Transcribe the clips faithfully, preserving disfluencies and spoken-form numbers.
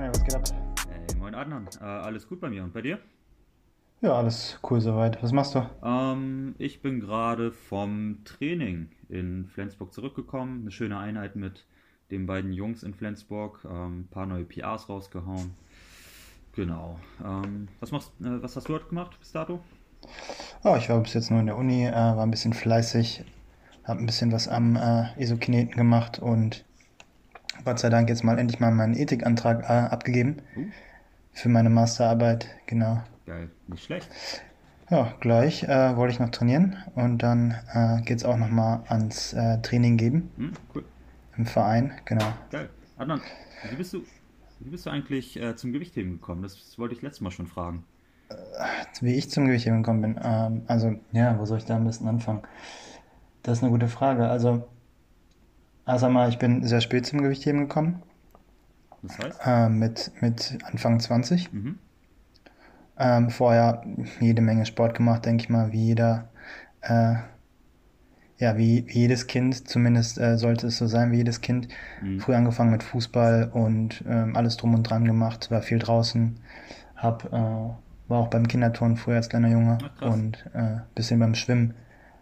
Daniel, was geht ab? Hey, moin Adnan. Äh, alles gut bei mir und bei dir? Ja, alles cool soweit. Was machst du? Ähm, ich bin gerade vom Training in Flensburg zurückgekommen. Eine schöne Einheit mit den beiden Jungs in Flensburg. Ähm, ein paar neue P Rs rausgehauen. Genau. Ähm, was machst, äh, was hast du heute gemacht bis dato? Oh, ich war bis jetzt nur in der Uni, äh, war ein bisschen fleißig, habe ein bisschen was am äh, Isokineten gemacht und Gott sei Dank jetzt mal endlich mal meinen Ethikantrag äh, abgegeben Uh, für meine Masterarbeit. Genau. geil. Nicht schlecht. Ja, gleich äh, wollte ich noch trainieren und dann äh, geht's auch noch mal ans äh, Training geben Hm, cool. im Verein. Genau. Geil. Adnan, wie bist du, wie bist du eigentlich äh, zum Gewichtheben gekommen? Das wollte ich letztes Mal schon fragen. Wie ich zum Gewichtheben gekommen bin. Ähm, also ja, wo soll ich da am besten anfangen? Das ist eine gute Frage. Also erst einmal, ich bin sehr spät zum Gewichtheben gekommen. Das heißt? äh, mit, mit Anfang zwanzig. Mhm. Ähm, vorher jede Menge Sport gemacht, denke ich mal, wie jeder, äh, ja, wie, wie jedes Kind, zumindest äh, sollte es so sein wie jedes Kind. Mhm. Früh angefangen mit Fußball und ähm, alles drum und dran gemacht, war viel draußen, hab, äh, war auch beim Kinderturnen früher als kleiner Junge Ach, krass. und äh, bisschen beim Schwimmen.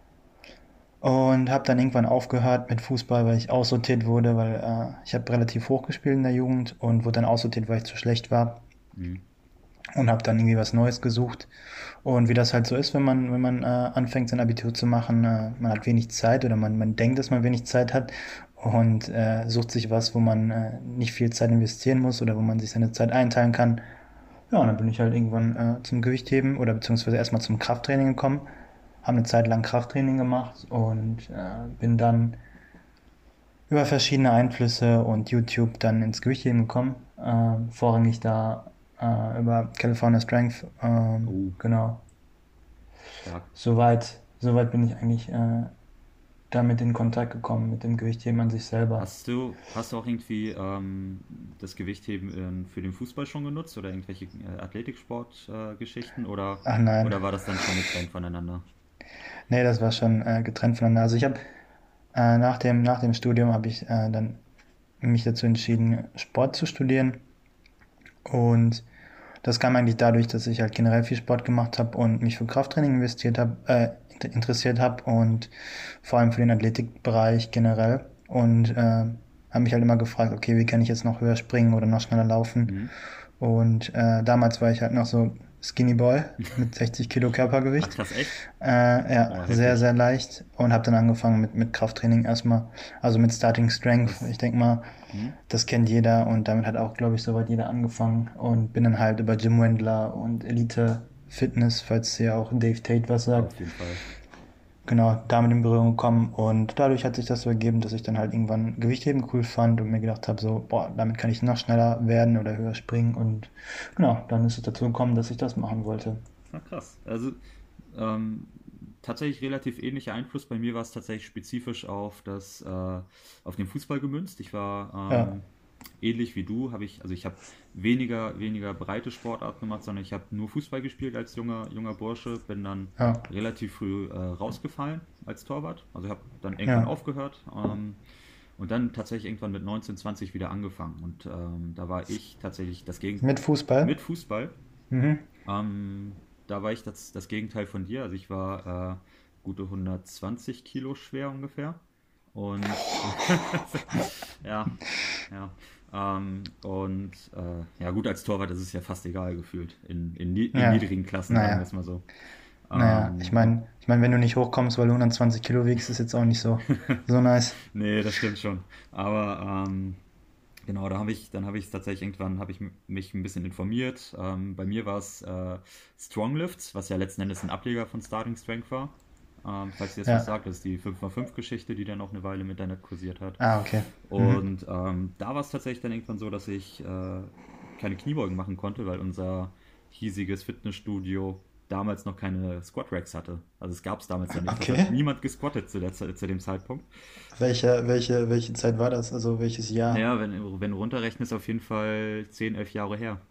Und habe dann irgendwann aufgehört mit Fußball, weil ich aussortiert wurde, weil äh, ich habe relativ hoch gespielt in der Jugend und wurde dann aussortiert, weil ich zu schlecht war. Mhm. Und habe dann irgendwie was Neues gesucht. Und wie das halt so ist, wenn man, wenn man äh, anfängt, sein Abitur zu machen, äh, man hat wenig Zeit oder man, man denkt, dass man wenig Zeit hat und äh, sucht sich was, wo man äh, nicht viel Zeit investieren muss oder wo man sich seine Zeit einteilen kann. Ja, und dann bin ich halt irgendwann äh, zum Gewichtheben oder beziehungsweise erstmal zum Krafttraining gekommen, habe eine Zeit lang Krafttraining gemacht und äh, bin dann über verschiedene Einflüsse und YouTube dann ins Gewichtheben gekommen. Äh, vorrangig da äh, über California Strength. Ähm, Oh, genau. stark. Soweit, soweit bin ich eigentlich äh, damit in Kontakt gekommen, mit dem Gewichtheben an sich selber. Hast du, hast du auch irgendwie ähm, das Gewichtheben ähm, für den Fußball schon genutzt oder irgendwelche äh, Athletiksport-Geschichten äh, Geschichten oder, Ach nein. oder war das dann schon getrennt voneinander? Nee, das war schon äh, getrennt voneinander. Also ich habe äh, nach dem, nach dem Studium habe ich äh, dann mich dazu entschieden, Sport zu studieren. Und das kam eigentlich dadurch, dass ich halt generell viel Sport gemacht habe und mich für Krafttraining investiert habe, äh, interessiert habe und vor allem für den Athletikbereich generell. Und äh, habe mich halt immer gefragt, okay, wie kann ich jetzt noch höher springen oder noch schneller laufen? Mhm. Und äh, damals war ich halt noch so Skinny Boy mit sechzig Kilo Ach Körpergewicht. krass, echt? Äh, ja, Oh, sehr, heftig. sehr leicht und habe dann angefangen mit, mit Krafttraining erstmal, also mit Starting Strength. Was? Ich denke mal, Hm? das kennt jeder und damit hat auch, glaube ich, soweit jeder angefangen und bin dann halt über Jim Wendler und Elite Fitness, falls ihr auch Dave Tate was sagt, Auf jeden Fall. genau, damit in Berührung gekommen und dadurch hat sich das so ergeben, dass ich dann halt irgendwann Gewichtheben cool fand und mir gedacht habe, so, boah, damit kann ich noch schneller werden oder höher springen und genau, dann ist es dazu gekommen, dass ich das machen wollte. Ah, krass. Also ähm, tatsächlich relativ ähnlicher Einfluss. Bei mir war es tatsächlich spezifisch auf das, äh, auf den Fußball gemünzt. Ich war Ja, ähm, ähnlich wie du, habe ich, also ich habe weniger, weniger breite Sportarten gemacht, sondern ich habe nur Fußball gespielt als junger, junger Bursche, bin dann ja, relativ früh äh, rausgefallen als Torwart. Also ich habe dann irgendwann ja. aufgehört ähm, und dann tatsächlich irgendwann mit neunzehn, zwanzig wieder angefangen. Und ähm, da war ich tatsächlich das Gegenteil Mit Fußball? mit Fußball. Mhm. Ähm, da war ich das, das Gegenteil von dir. Also ich war äh, gute hundertzwanzig Kilo schwer ungefähr. Und ja, ja. Ähm, und äh, ja gut, als Torwart ist es ja fast egal gefühlt. In, in, ni- in Ja, niedrigen Klassen, sagen wir naja, es mal so. naja. Ich Ähm, und meine, ich mein, wenn du nicht hochkommst, weil du hundertzwanzig Kilo wiegst, ist jetzt auch nicht so, so nice. nee, das stimmt schon. Aber ähm, genau, da habe ich, dann habe ich tatsächlich irgendwann, habe ich mich ein bisschen informiert. Ähm, bei mir war es äh, Stronglifts, was ja letzten Endes ein Ableger von Starting Strength war. Ähm, falls ihr das was Ja. sagt, das ist die fünf mal fünf Geschichte, die dann auch eine Weile im Internet kursiert hat. Ah, okay. Mhm. Und ähm, da war es tatsächlich dann irgendwann so, dass ich äh, keine Kniebeugen machen konnte, weil unser hiesiges Fitnessstudio damals noch keine Squat Racks hatte. Also es gab es damals ja nicht. Das hat Okay. niemand gesquattet zu, der, Ze- zu dem Zeitpunkt. Welche, welche, welche Zeit war das? Also welches Jahr? Naja, wenn, wenn du runterrechnest, auf jeden Fall zehn elf Jahre her.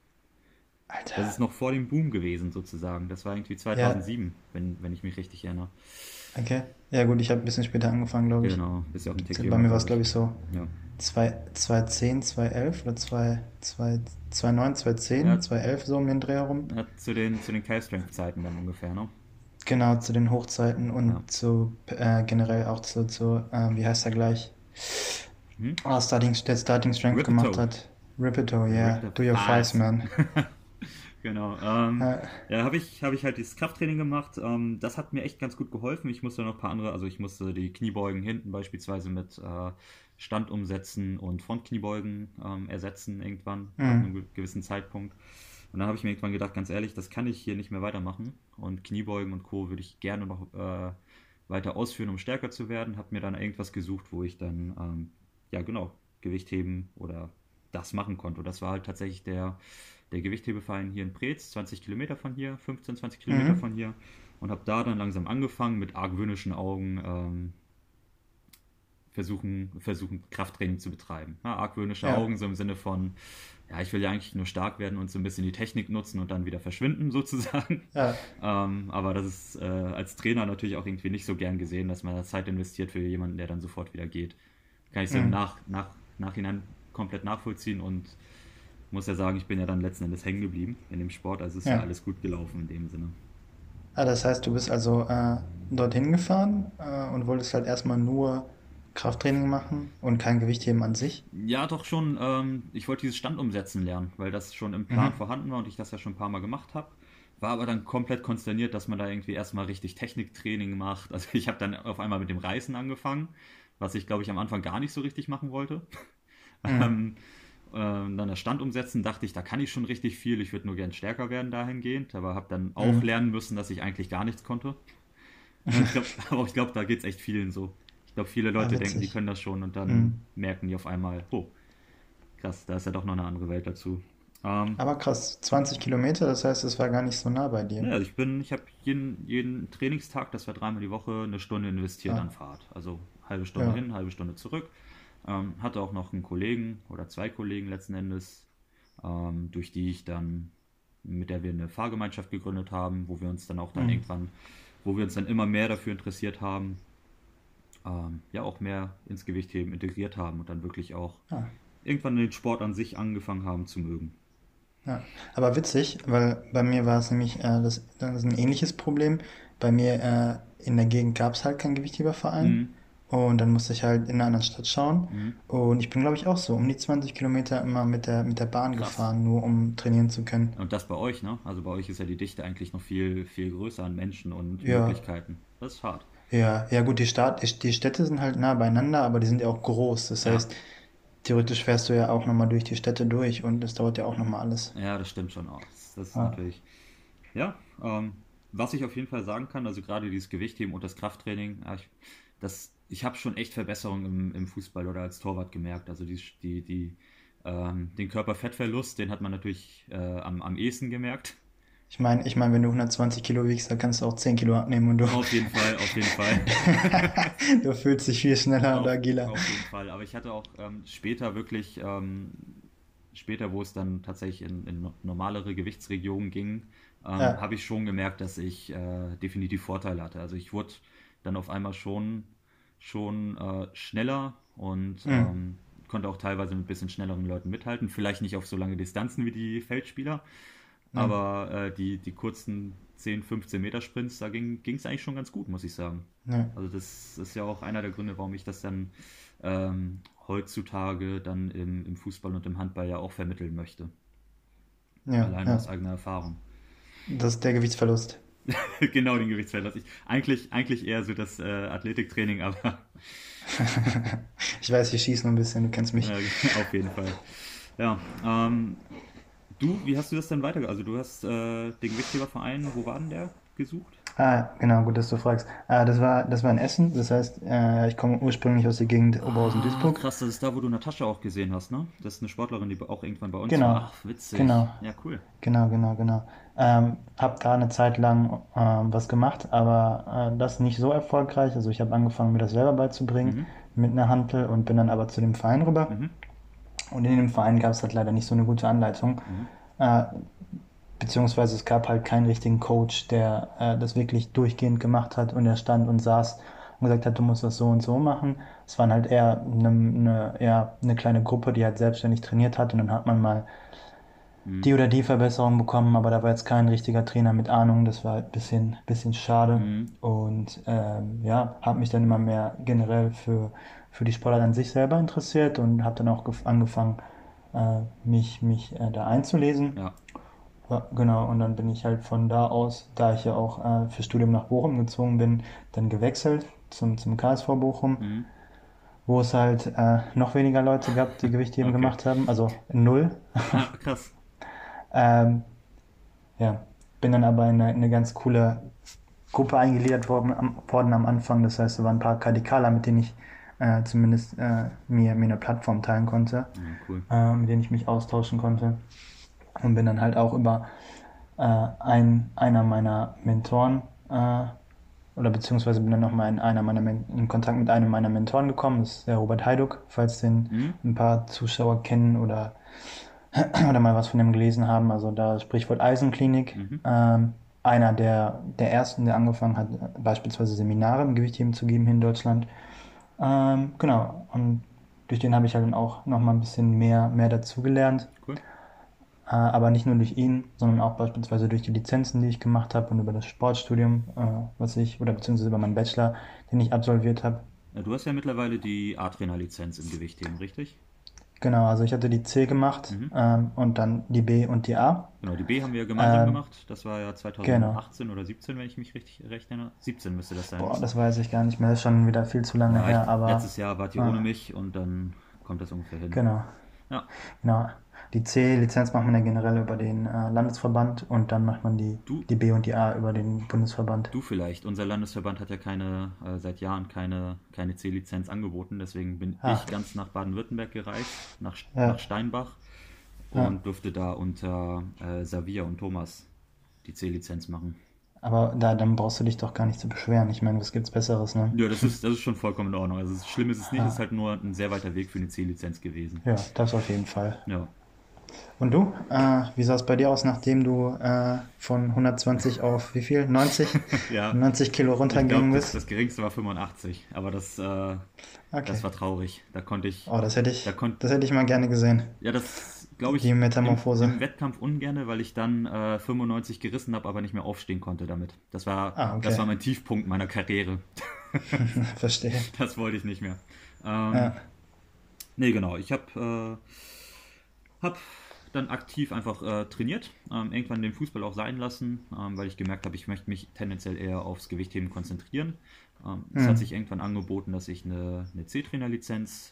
Das ist Alter. noch vor dem Boom gewesen, sozusagen. Das war irgendwie Ja, zweitausendsieben, wenn, wenn ich mich richtig erinnere. okay. Ja gut, ich habe ein bisschen später angefangen, glaube ich. Genau, bist ja auch ein Tick Bei jünger, mir war es, glaube ich. glaube ich, so Ja. zwei, zwei zehn, zwei elf oder zwei, zwei, zwei neun, zwei zehn, Ja, zwei elf so um den Dreh herum. ja, zu den, zu den K-Strength-Zeiten dann ungefähr, ne? Genau, zu den Hochzeiten Ja. und zu äh, generell auch zu, zu ähm, wie heißt er gleich? Hm? Ah, Starting, der Starting Strength gemacht Ripito. hat. Ripito, yeah. Ripito. Do your Ah, fives, das. man. Genau. Ähm, Äh, ja, habe ich, hab ich halt dieses Krafttraining gemacht. Ähm, das hat mir echt ganz gut geholfen. Ich musste noch ein paar andere, also ich musste die Kniebeugen hinten beispielsweise mit äh, Stand umsetzen und Frontkniebeugen ähm, ersetzen irgendwann ab mm, einem ge- gewissen Zeitpunkt. Und dann habe ich mir irgendwann gedacht, ganz ehrlich, das kann ich hier nicht mehr weitermachen. Und Kniebeugen und Co. würde ich gerne noch äh, weiter ausführen, um stärker zu werden. Habe mir dann irgendwas gesucht, wo ich dann, ähm, ja genau, Gewicht heben oder das machen konnte. Und das war halt tatsächlich der, der Gewichthebeverein hier in Preetz, zwanzig Kilometer von hier, fünfzehn, zwanzig Kilometer mhm. von hier. Und habe da dann langsam angefangen mit argwöhnischen Augen ähm, versuchen, versuchen Krafttraining zu betreiben. Ja, argwöhnische Ja, Augen so im Sinne von, ja, ich will ja eigentlich nur stark werden und so ein bisschen die Technik nutzen und dann wieder verschwinden sozusagen. ja, Ähm, aber das ist äh, als Trainer natürlich auch irgendwie nicht so gern gesehen, dass man da Zeit investiert für jemanden, der dann sofort wieder geht. Kann ich so im mm. Nach, nach, Nachhinein komplett nachvollziehen und muss ja sagen, ich bin ja dann letzten Endes hängen geblieben in dem Sport, also ist ja Ja. alles gut gelaufen in dem Sinne. Ah, das heißt, du bist also äh, dorthin gefahren äh, und wolltest halt erstmal nur Krafttraining machen und kein Gewichtheben an sich. Ja, doch schon. Ähm, ich wollte dieses Standumsetzen lernen, weil das schon im Plan Mhm. vorhanden war und ich das ja schon ein paar Mal gemacht habe. War aber dann komplett konsterniert, dass man da irgendwie erstmal richtig Techniktraining macht. Also ich habe dann auf einmal mit dem Reißen angefangen, was ich glaube ich am Anfang gar nicht so richtig machen wollte. Mhm. Ähm, ähm, dann das Standumsetzen dachte ich, da kann ich schon richtig viel. Ich würde nur gern stärker werden dahingehend, aber habe dann auch Mhm. lernen müssen, dass ich eigentlich gar nichts konnte. Ich glaube, aber ich glaube, da geht es echt vielen so. Ich glaube, viele Ah, Leute denken, die witzig. können das schon und dann Mhm. merken die auf einmal, oh, krass, da ist ja doch noch eine andere Welt dazu. Ähm, Aber krass, zwanzig Kilometer, das heißt, es war gar nicht so nah bei dir. ja, also ich bin, ich habe jeden, jeden Trainingstag, das war dreimal die Woche, eine Stunde investiert an Ah, Fahrt. Also halbe Stunde ja. hin, halbe Stunde zurück. Ähm, hatte auch noch einen Kollegen oder zwei Kollegen letzten Endes, ähm, durch die ich dann, mit der wir eine Fahrgemeinschaft gegründet haben, wo wir uns dann auch dann Mhm. irgendwann, wo wir uns dann immer mehr dafür interessiert haben, ähm, ja auch mehr ins Gewichtheben integriert haben und dann wirklich auch Ah, irgendwann den Sport an sich angefangen haben zu mögen. ja. Aber witzig, weil bei mir war es nämlich äh, das, das ist ein ähnliches Problem. Bei mir äh, in der Gegend gab es halt keinen Gewichtheberverein Mhm. und dann musste ich halt in einer anderen Stadt schauen. Mhm. Und ich bin, glaube ich, auch so um die zwanzig Kilometer immer mit der, mit der Bahn Krass. gefahren, nur um trainieren zu können. Und das bei euch, ne? Also bei euch ist ja die Dichte eigentlich noch viel, viel größer an Menschen und Ja, Möglichkeiten. Das ist hart. ja, ja gut, die Stadt, die Städte sind halt nah beieinander, aber die sind ja auch groß. Das Ja, heißt, theoretisch fährst du ja auch nochmal durch die Städte durch und das dauert ja auch nochmal alles. ja, das stimmt schon auch. Das, das ist Ja, natürlich. Ja, ähm, was ich auf jeden Fall sagen kann, also gerade dieses Gewichtheben und das Krafttraining, ja, ich, das, ich habe schon echt Verbesserungen im, im Fußball oder als Torwart gemerkt. Also die, die, die, ähm, den Körperfettverlust, den hat man natürlich äh, am, am ehesten gemerkt. ich meine, ich mein, wenn du hundertzwanzig Kilo wiegst, dann kannst du auch zehn Kilo abnehmen und du, Auf jeden Fall, auf jeden Fall. du fühlst dich viel schneller und Auf, agiler. auf jeden Fall. Aber ich hatte auch ähm, später wirklich, ähm, später, wo es dann tatsächlich in, in no- normalere Gewichtsregionen ging, ähm, Ja, habe ich schon gemerkt, dass ich äh, definitiv Vorteile hatte. Also ich wurde dann auf einmal schon, schon äh, schneller und hm, ähm, konnte auch teilweise mit ein bisschen schnelleren Leuten mithalten. Vielleicht nicht auf so lange Distanzen wie die Feldspieler, hm, aber äh, die, die kurzen zehn, fünfzehn Meter Sprints, da ging es eigentlich schon ganz gut, muss ich sagen. ja, Also das ist ja auch einer der Gründe, warum ich das dann ähm, heutzutage dann im, im Fußball und im Handball ja auch vermitteln möchte. ja, Allein aus ja. eigener Erfahrung. Das ist der Gewichtsverlust. Genau den Gewichtsverlust. Ich, eigentlich, eigentlich eher so das äh, Athletiktraining, aber Ich weiß, ich schieße nur ein bisschen, du kennst mich. äh, auf jeden Fall. Ja, ähm, du, wie hast du das denn weiter? Also du hast äh, den Gewichtheberverein, wo war denn der gesucht? Ah, genau, gut, dass du fragst. Ah, das war, das war in Essen, das heißt, äh, ich komme ursprünglich aus der Gegend Ah, Oberhausen-Duisburg. krass, das ist da, wo du Natascha auch gesehen hast, ne? Das ist eine Sportlerin, die auch irgendwann bei uns war. Genau, Ach, witzig. genau, Ja, cool. genau, genau, genau. Ähm, hab da eine Zeit lang ähm, was gemacht, aber äh, das nicht so erfolgreich. Also ich habe angefangen, mir das selber beizubringen Mhm, mit einer Hantel und bin dann aber zu dem Verein rüber. mhm, Und in dem Verein gab es halt leider nicht so eine gute Anleitung. mhm. Äh, beziehungsweise es gab halt keinen richtigen Coach, der äh, das wirklich durchgehend gemacht hat und er stand und saß und gesagt hat, du musst das so und so machen. Es waren halt eher eine, eine, eher eine kleine Gruppe, die halt selbstständig trainiert hat und dann hat man mal Mhm. die oder die Verbesserung bekommen, aber da war jetzt kein richtiger Trainer mit Ahnung, das war halt ein bisschen, bisschen schade Mhm. und ähm, ja, habe mich dann immer mehr generell für, für die Sportart an sich selber interessiert und habe dann auch gef- angefangen, äh, mich, mich äh, da einzulesen. Ja. Ja, genau, und dann bin ich halt von da aus, da ich ja auch äh, fürs Studium nach Bochum gezogen bin, dann gewechselt zum, zum K S V Bochum, Mhm. wo es halt äh, noch weniger Leute gab, die Gewichtheben Okay. gemacht haben, also null. Ah, krass. Ähm, ja, bin dann aber in eine, in eine ganz coole Gruppe eingegliedert worden am, worden am Anfang. Das heißt, da waren ein paar Radikaler, mit denen ich äh, zumindest äh, mir, mir eine Plattform teilen konnte, Ja, cool. äh, mit denen ich mich austauschen konnte. Und bin dann halt auch über äh, ein, einer meiner Mentoren äh, oder beziehungsweise bin dann nochmal in, einer meiner Men in Kontakt mit einem meiner Mentoren gekommen. Das ist der Robert Heiduck, falls den Mhm. ein paar Zuschauer kennen oder, oder mal was von dem gelesen haben. Also da Sprichwort Eisenklinik. Mhm. Ähm, einer der, der ersten, der angefangen hat, beispielsweise Seminare im Gewichtheben zu geben hier in Deutschland. Ähm, genau. Und durch den habe ich halt dann auch nochmal ein bisschen mehr, mehr dazugelernt. Cool. Äh, aber nicht nur durch ihn, sondern auch beispielsweise durch die Lizenzen, die ich gemacht habe und über das Sportstudium, äh, was ich, oder beziehungsweise über meinen Bachelor, den ich absolviert habe. Ja, du hast ja mittlerweile die A-Trainer-Lizenz im Gewichtheben, richtig? Genau, also ich hatte die C gemacht Mhm. ähm, und dann die B und die A. Genau, die B haben wir ja gemeinsam Ähm, gemacht. Das war ja genau. zwanzig achtzehn oder siebzehn, wenn ich mich richtig recht erinnere. siebzehn müsste das sein, Boah, ne? das weiß ich gar nicht mehr, das ist schon wieder viel zu lange Ja, ich, her, aber letztes Jahr wart ihr äh, ohne mich und dann kommt das ungefähr hin. genau. Ja, Genau. Die C-Lizenz macht man ja generell über den äh, Landesverband und dann macht man die, du, die B und die A über den Bundesverband. du vielleicht. Unser Landesverband hat ja keine, äh, seit Jahren keine, keine C-Lizenz angeboten. Deswegen bin Ah, ich ganz nach Baden-Württemberg gereist, nach, nach ja, Steinbach ja. und durfte da unter äh, Xavier und Thomas die C-Lizenz machen. Aber da, dann brauchst du dich doch gar nicht zu beschweren. Ich meine, was gibt's Besseres, ne? Ja, das ist, das ist schon vollkommen in Ordnung. Also schlimm ist es nicht, es ist Ja, halt nur ein sehr weiter Weg für eine C-Lizenz gewesen. ja, das auf jeden Fall. Ja. Und du? Äh, wie sah es bei dir aus, nachdem du äh, von hundertzwanzig auf wie viel? neunzig? Ja, neunzig Kilo ich glaube, runtergegangen das, bist? das geringste war fünfundachtzig, aber das, äh, das Okay. war traurig. Da konnte ich, Oh, das hätte da ich, konnte, das hätte ich mal gerne gesehen. ja, das glaube Die ich im, Metamorphose. im Wettkampf ungerne, weil ich dann äh, fünfundneunzig gerissen habe, aber nicht mehr aufstehen konnte damit. Das war, Ah, das okay. war mein Tiefpunkt meiner Karriere. Verstehe. Das wollte ich nicht mehr. Ähm, Ja. nee, genau. Ich habe äh, hab dann aktiv einfach äh, trainiert, ähm, irgendwann den Fußball auch sein lassen, ähm, weil ich gemerkt habe, ich möchte mich tendenziell eher aufs Gewichtheben konzentrieren. Ähm, es hat Hm. sich irgendwann angeboten, dass ich eine, eine C-Trainer-Lizenz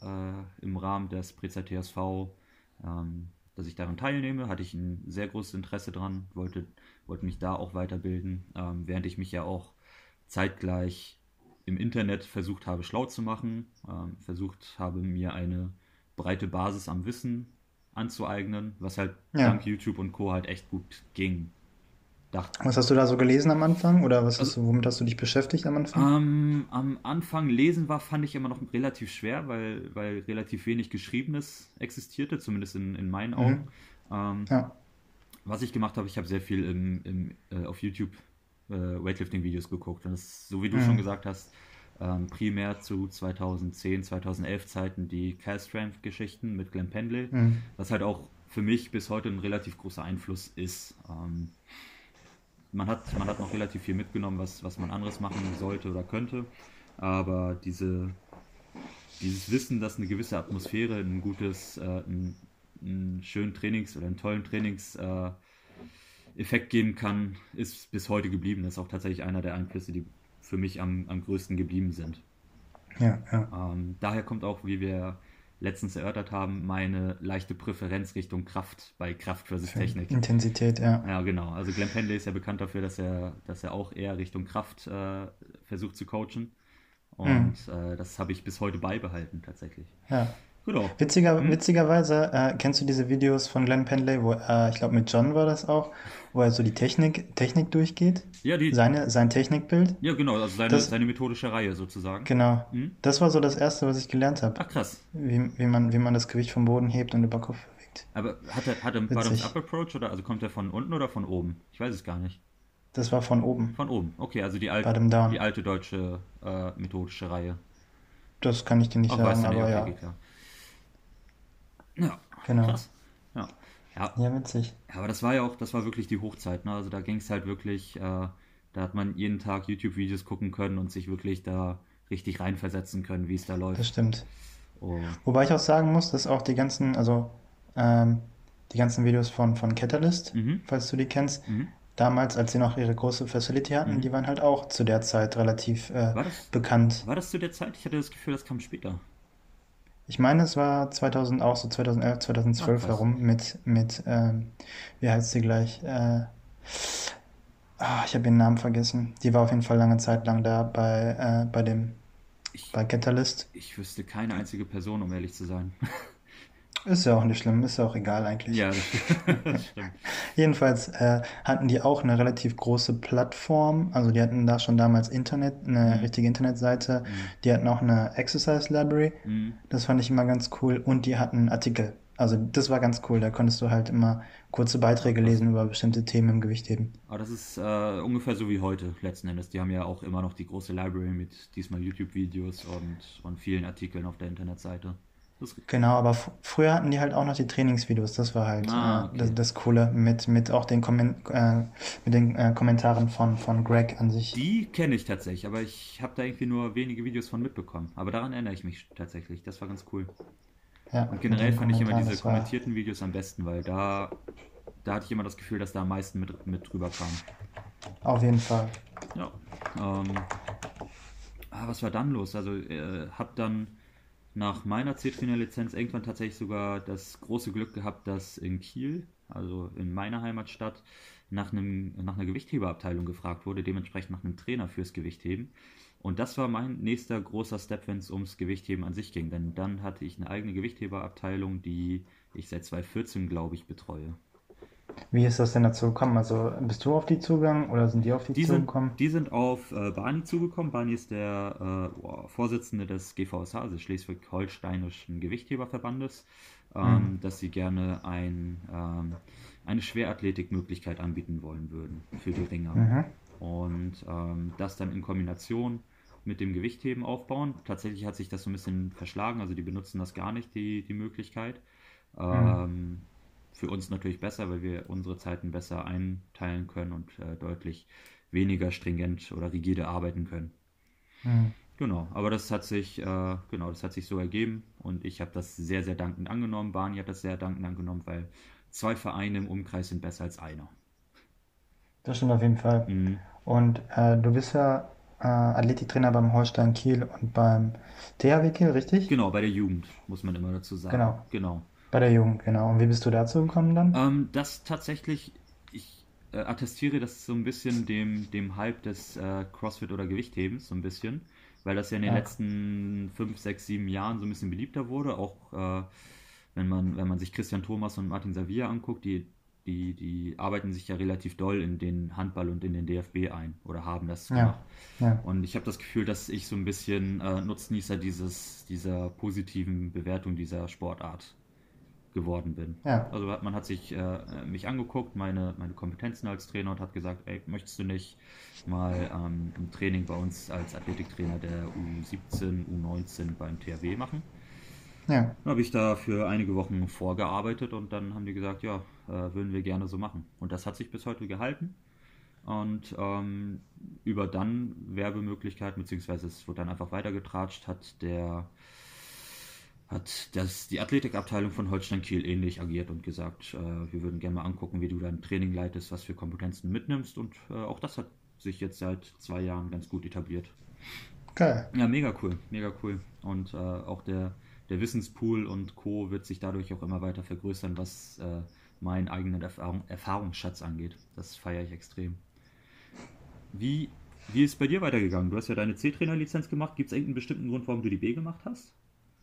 äh, im Rahmen des Preza T S V, ähm, dass ich daran teilnehme, hatte ich ein sehr großes Interesse dran, wollte, wollte mich da auch weiterbilden, ähm, während ich mich ja auch zeitgleich im Internet versucht habe, schlau zu machen, ähm, versucht habe, mir eine breite Basis am Wissen anzueignen, was halt Ja. dank YouTube und Co. halt echt gut ging. Dacht, Was hast du da so gelesen am Anfang? Oder was also hast du, womit hast du dich beschäftigt am Anfang? ähm, am Anfang lesen war, fand ich immer noch relativ schwer, weil, weil relativ wenig Geschriebenes existierte, zumindest in, in meinen Augen. Mhm. Ähm, Ja. was ich gemacht habe, ich habe sehr viel im, im, äh, auf YouTube äh, Weightlifting-Videos geguckt. Und das ist, so wie du schon Mhm. gesagt hast, ähm, primär zu zweitausendzehn, zweitausendelf Zeiten die Cal-Strength-Geschichten mit Glenn Pendley, Mhm. was halt auch für mich bis heute ein relativ großer Einfluss ist. Ähm, man hat, man hat noch relativ viel mitgenommen, was, was man anderes machen sollte oder könnte, aber diese, dieses Wissen, dass eine gewisse Atmosphäre, ein gutes, äh, ein, einen schönen Trainings- oder einen tollen Trainingseffekt äh, Effekt geben kann, ist bis heute geblieben. Das ist auch tatsächlich einer der Einflüsse, die für mich am, am größten geblieben sind. Ja, ja. Ähm, daher kommt auch, wie wir letztens erörtert haben, meine leichte Präferenz Richtung Kraft bei Kraft versus Für Technik. Intensität, ja. Ja, genau. Also Glenn Pendley ist ja bekannt dafür, dass er, dass er auch eher Richtung Kraft äh, versucht zu coachen. Mhm. Und äh, das habe ich bis heute beibehalten, tatsächlich. Ja. Genau. Witziger, Hm? witzigerweise, äh, kennst du diese Videos von Glenn Pendley, wo, äh, ich glaube mit John war das auch, wo er so die Technik, Technik durchgeht? Ja, die, Seine, sein Technikbild? ja, genau. Also seine, Das, seine methodische Reihe sozusagen. genau. Hm? Das war so das Erste, was ich gelernt habe. Ach, krass. Wie, wie man, wie man das Gewicht vom Boden hebt und über Kopf bewegt. Aber hat er, hat er einen Witzig. Bottoms-Up-Approach oder also kommt er von unten oder von oben? Ich weiß es gar nicht. Das war von oben, Von oben. Okay, also die, alt, Bottom die Down. alte deutsche äh, methodische Reihe. Das kann ich dir nicht Ach, weißt sagen, du nicht, aber okay, ja, geht klar. Ja, genau. krass. Ja. Ja, Ja, witzig. ja, aber das war ja auch, das war wirklich die Hochzeit, ne? Also da ging es halt wirklich, äh, da hat man jeden Tag YouTube-Videos gucken können und sich wirklich da richtig reinversetzen können, wie es da Das läuft. stimmt. Oh. Wobei ich auch sagen muss, dass auch die ganzen, also ähm, die ganzen Videos von, von Catalyst, Mhm, falls du die kennst, mhm, damals, als sie noch ihre große Facility hatten, mhm. die waren halt auch zu der Zeit relativ äh, War das, bekannt. war das zu der Zeit? Ich hatte das Gefühl, das kam später. Ich meine, es war zweitausend, auch so zweitausendelf, Ah, zweitausendzwölf krass. herum mit, mit ähm, wie heißt sie gleich? Äh, ah, ich habe ihren Namen vergessen. Die war auf jeden Fall lange Zeit lang da bei, äh, bei dem, Ich, bei Catalyst. ich wüsste keine einzige Person, um ehrlich zu sein. Ist ja auch nicht schlimm, ist ja auch egal eigentlich. Ja, das, das stimmt. Jedenfalls äh, hatten die auch eine relativ große Plattform. Also die hatten da schon damals Internet, eine Mhm, richtige Internetseite. mhm, Die hatten auch eine Exercise Library. mhm. Das fand ich immer ganz cool. Und die hatten Artikel. Also das war ganz cool. Da konntest du halt immer kurze Ah, Beiträge krass. lesen über bestimmte Themen im Gewichtheben. Aber das ist äh, ungefähr so wie heute, letzten Endes. Die haben ja auch immer noch die große Library mit diesmal YouTube-Videos und, und vielen Artikeln auf der Internetseite. Das ist, Genau, aber f- früher hatten die halt auch noch die Trainingsvideos. Das war halt ah, äh, das, okay. das Coole mit, mit auch den, Kommen äh, mit den äh, Kommentaren von, von Greg an sich. Die kenne ich tatsächlich, aber ich habe da irgendwie nur wenige Videos von mitbekommen. Aber daran erinnere ich mich tatsächlich. Das war ganz cool. Ja, Und mit generell den fand ich immer Kommentaren. diese Das war kommentierten Videos am besten, weil da, da hatte ich immer das Gefühl, dass da am meisten mit, mit drüber kam. auf jeden Fall. Ja. Ähm, ah, was war dann los? Also, äh, hab dann nach meiner C-Trainer-Lizenz irgendwann tatsächlich sogar das große Glück gehabt, dass in Kiel, also in meiner Heimatstadt, nach, einem, nach einer Gewichtheberabteilung gefragt wurde, dementsprechend nach einem Trainer fürs Gewichtheben. Und das war mein nächster großer Step, wenn es ums Gewichtheben an sich ging. Denn dann hatte ich eine eigene Gewichtheberabteilung, die ich seit zweitausendvierzehn, glaube ich, betreue. Wie ist das denn dazu gekommen? Also bist du auf die zugegangen oder sind die auf die Die sind, zugekommen? die sind auf äh, Barney zugekommen. Barney ist der äh, boah, Vorsitzende des G V S H, also Schleswig-Holsteinischen Gewichtheberverbandes, Hm. ähm, dass sie gerne ein, ähm, eine Schwerathletikmöglichkeit anbieten wollen würden für die Ringer. Mhm. Und ähm, das dann in Kombination mit dem Gewichtheben aufbauen. Tatsächlich hat sich das so ein bisschen verschlagen, also die benutzen das gar nicht, die, die Möglichkeit. Hm. Ähm, für uns natürlich besser, weil wir unsere Zeiten besser einteilen können und äh, deutlich weniger stringent oder rigide arbeiten können. Hm. Genau, aber das hat sich, äh, genau, das hat sich so ergeben und ich habe das sehr, sehr dankend angenommen. Barney hat das sehr dankend angenommen, weil zwei Vereine im Umkreis sind besser als einer. Das stimmt auf jeden Fall. Mhm. Und äh, du bist ja äh, Athletiktrainer beim Holstein Kiel und beim T H W Kiel, richtig? Genau, bei der Jugend muss man immer dazu sagen. Genau. Genau. Bei der Jugend, genau. Und wie bist du dazu gekommen dann? Ähm, das tatsächlich, ich äh, attestiere das so ein bisschen dem, dem Hype des äh, CrossFit oder Gewichthebens, so ein bisschen, weil das ja in den Ja, letzten fünf, sechs, sieben Jahren so ein bisschen beliebter wurde. Auch äh, wenn man, wenn man sich Christian Thomas und Martin Savia anguckt, die, die, die arbeiten sich ja relativ doll in den Handball und in den D F B ein oder haben das ja, gemacht. ja. Und ich habe das Gefühl, dass ich so ein bisschen äh, Nutznießer dieses, dieser positiven Bewertung dieser Sportart geworden bin. Ja, Also man hat sich äh, mich angeguckt, meine, meine Kompetenzen als Trainer und hat gesagt, ey, möchtest du nicht mal ähm, ein Training bei uns als Athletiktrainer der U siebzehn, U neunzehn beim T H W machen? ja. Dann habe ich da für einige Wochen vorgearbeitet und dann haben die gesagt, ja, äh, würden wir gerne so machen. Und das hat sich bis heute gehalten. Und ähm, über dann Werbemöglichkeiten, beziehungsweise es wurde dann einfach weitergetratscht, hat der hat das, die Athletikabteilung von Holstein Kiel ähnlich agiert und gesagt, äh, wir würden gerne mal angucken, wie du dein Training leitest, was für Kompetenzen du mitnimmst. Und äh, auch das hat sich jetzt seit zwei Jahren ganz gut etabliert. Geil. Ja, mega cool, mega cool. Und äh, auch der, der Wissenspool und Co. wird sich dadurch auch immer weiter vergrößern, was äh, meinen eigenen Erfahrung, Erfahrungsschatz angeht. Das feiere ich extrem. Wie, wie ist es bei dir weitergegangen? Du hast ja deine C-Trainer-Lizenz gemacht. Gibt es irgendeinen bestimmten Grund, warum du die B gemacht hast?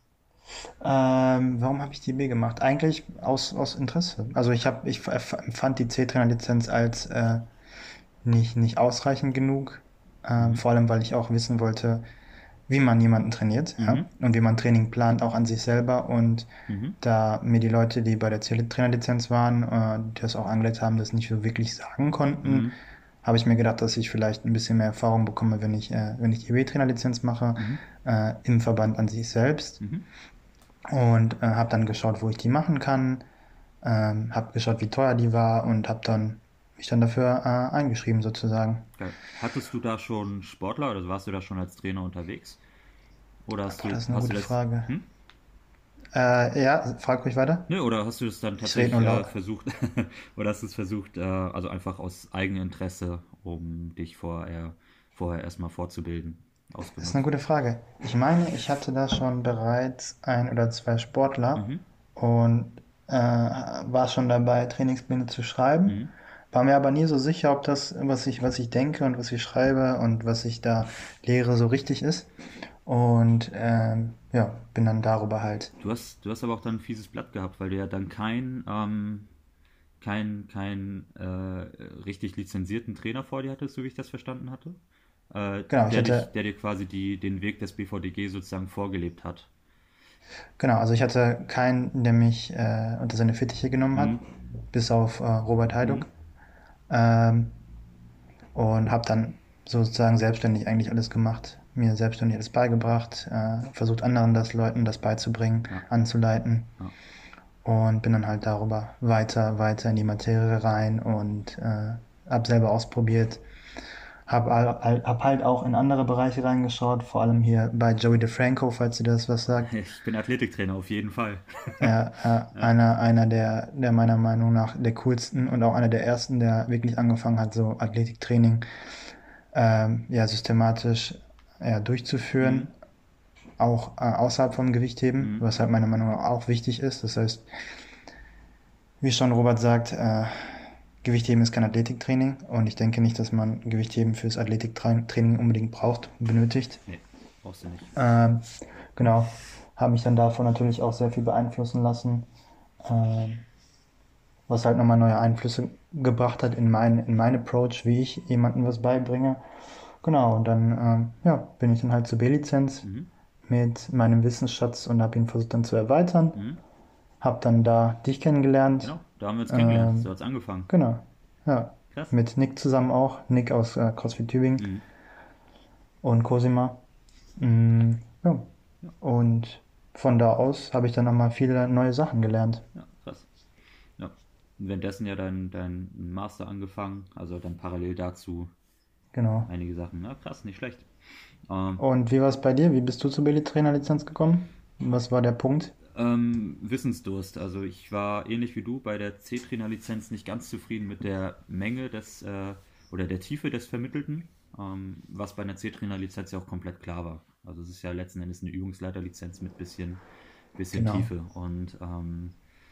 Ähm, warum habe ich die B gemacht? Eigentlich aus, aus Interesse. Also ich habe, ich f- empfand die C-Trainer-Lizenz als äh, nicht, nicht ausreichend genug. Ähm, Mhm. vor allem, weil ich auch wissen wollte, wie man jemanden trainiert, ja, Mhm. und wie man Training plant, auch an sich selber. Und Mhm. da mir die Leute, die bei der C-Trainer-Lizenz waren, äh, die das auch angelegt haben, das nicht so wirklich sagen konnten, Mhm. habe ich mir gedacht, dass ich vielleicht ein bisschen mehr Erfahrung bekomme, wenn ich, äh, wenn ich die B-Trainerlizenz mache, Mhm. äh, im Verband an sich selbst. Mhm. Und äh, habe dann geschaut, wo ich die machen kann, ähm, habe geschaut, wie teuer die war und habe dann mich dann dafür äh, eingeschrieben sozusagen. Geil. Hattest du da schon Sportler oder warst du da schon als Trainer unterwegs? Oder hast Boah, du, das ist eine hast du gute das, Frage. hm? Äh, ja, frag ruhig weiter. Ne, oder hast du das dann Ich rede tatsächlich nur äh, laut. versucht, oder hast du es versucht, äh, also einfach aus eigenem Interesse, um dich vorher, vorher erstmal vorzubilden, Das ist eine ausgenutzt? gute Frage. Ich meine, ich hatte da schon bereits ein oder zwei Sportler Mhm. und äh, war schon dabei, Trainingspläne zu schreiben. Mhm. War mir aber nie so sicher, ob das, was ich, was ich denke und was ich schreibe und was ich da lehre, so richtig ist. Und ähm, ja, bin dann darüber halt. Du hast, du hast aber auch dann ein fieses Blatt gehabt, weil du ja dann kein, ähm, kein, kein äh, richtig lizenzierten Trainer vor dir hattest, so wie ich das verstanden hatte, äh, Genau, ich der dich, hatte, der dir quasi die, den Weg des B V D G sozusagen vorgelebt hat. genau, also ich hatte keinen, der mich äh, unter seine Fittiche genommen hat, Mhm. bis auf äh, Robert Mhm. Heiduck. Ähm, und habe dann sozusagen selbstständig eigentlich alles gemacht, mir selbstständig alles beigebracht, äh, versucht anderen das Leuten das beizubringen, Ja, anzuleiten ja. und bin dann halt darüber weiter, weiter in die Materie rein und äh, habe selber ausprobiert, habe hab halt auch in andere Bereiche reingeschaut, vor allem hier bei Joey DeFranco, falls dir das was sagt. Ich bin Athletiktrainer, auf jeden Fall. Er, äh, Ja. einer, einer der, der meiner Meinung nach der coolsten und auch einer der ersten, der wirklich angefangen hat, so Athletiktraining ähm, ja, systematisch ja, Mhm. durchzuführen, auch äh, außerhalb vom Gewichtheben, Mhm. was halt meiner Meinung nach auch wichtig ist. Das heißt, wie schon Robert sagt, äh, Gewichtheben ist kein Athletiktraining und ich denke nicht, dass man Gewichtheben fürs Athletiktraining unbedingt braucht, benötigt. Nee, brauchst du nicht. Ähm, genau, habe mich dann davon natürlich auch sehr viel beeinflussen lassen, ähm, was halt nochmal neue Einflüsse gebracht hat in mein, in mein Approach, wie ich jemandem was beibringe. Genau, und dann ähm, ja, bin ich dann halt zur B-Lizenz Mhm. mit meinem Wissensschatz und habe ihn versucht dann zu erweitern. Mhm. Habe dann da dich kennengelernt. Genau, da haben wir uns kennengelernt. So Ähm, hat's angefangen. genau, ja. Krass. Mit Nick zusammen auch. Nick aus äh, CrossFit Tübingen Mhm. und Cosima. Mm, ja. Ja, Und von da aus habe ich dann nochmal viele neue Sachen gelernt. ja, krass. Ja. Und währenddessen ja dein, dein Master angefangen, also dann parallel dazu Genau. einige Sachen. Na, krass, nicht schlecht. Ähm, Und wie war es bei dir? Wie bist du zur Billy-Trainer-Lizenz gekommen? Was war der Punkt? ähm, Wissensdurst. Also ich war ähnlich wie du bei der C-Trainer-Lizenz nicht ganz zufrieden mit der Menge des äh, oder der Tiefe des Vermittelten, ähm, was bei einer C-Trainer-Lizenz ja auch komplett klar war. Also es ist ja letzten Endes eine Übungsleiter-Lizenz mit bisschen, bisschen Genau. Tiefe. Und ähm,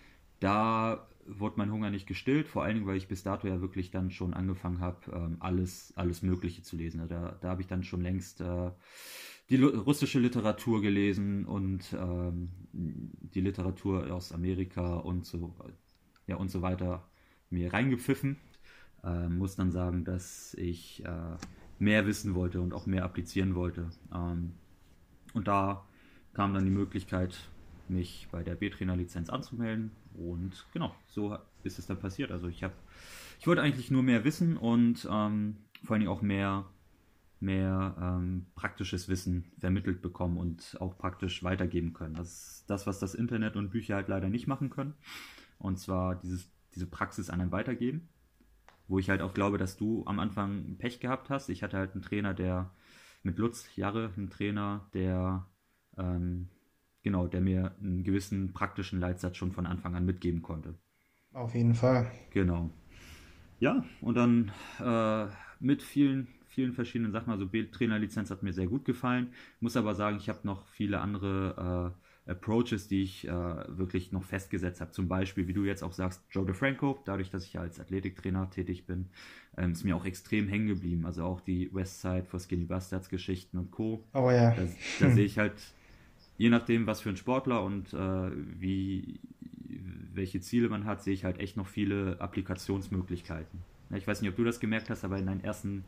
da wurde mein Hunger nicht gestillt, vor allen Dingen, weil ich bis dato ja wirklich dann schon angefangen habe, ähm, alles, alles Mögliche zu lesen. Also da, da habe ich dann schon längst äh, die lu- russische Literatur gelesen und ähm, die Literatur aus Amerika und so, ja, und so weiter mir reingepfiffen. Ähm, muss dann sagen, dass ich äh, mehr wissen wollte und auch mehr applizieren wollte. Ähm, und da kam dann die Möglichkeit, mich bei der B-Trainer-Lizenz anzumelden. Und genau, so ist es dann passiert. Also ich habe, ich wollte eigentlich nur mehr wissen und ähm, vor allen Dingen auch mehr, mehr ähm, praktisches Wissen vermittelt bekommen und auch praktisch weitergeben können. Das ist das, was das Internet und Bücher halt leider nicht machen können. Und zwar dieses, diese Praxis an einem weitergeben, wo ich halt auch glaube, dass du am Anfang Pech gehabt hast. Ich hatte halt einen Trainer, der mit Lutz Jarre, einen Trainer, der ähm, genau, der mir einen gewissen praktischen Leitsatz schon von Anfang an mitgeben konnte. Auf jeden Fall. Genau. Ja, und dann äh, mit vielen, vielen verschiedenen Sachen. Also B-Trainer-Lizenz hat mir sehr gut gefallen. Muss aber sagen, ich habe noch viele andere äh, Approaches, die ich äh, wirklich noch festgesetzt habe. Zum Beispiel, wie du jetzt auch sagst, Joe DeFranco. Dadurch, dass ich ja als Athletiktrainer tätig bin, ähm, ist mir auch extrem hängen geblieben. Also auch die Westside for Skinny Bastards Geschichten und Co. Oh ja. Da, da sehe ich halt, je nachdem, was für ein Sportler und äh, wie, welche Ziele man hat, sehe ich halt echt noch viele Applikationsmöglichkeiten. Ja, ich weiß nicht, ob du das gemerkt hast, aber in deinen ersten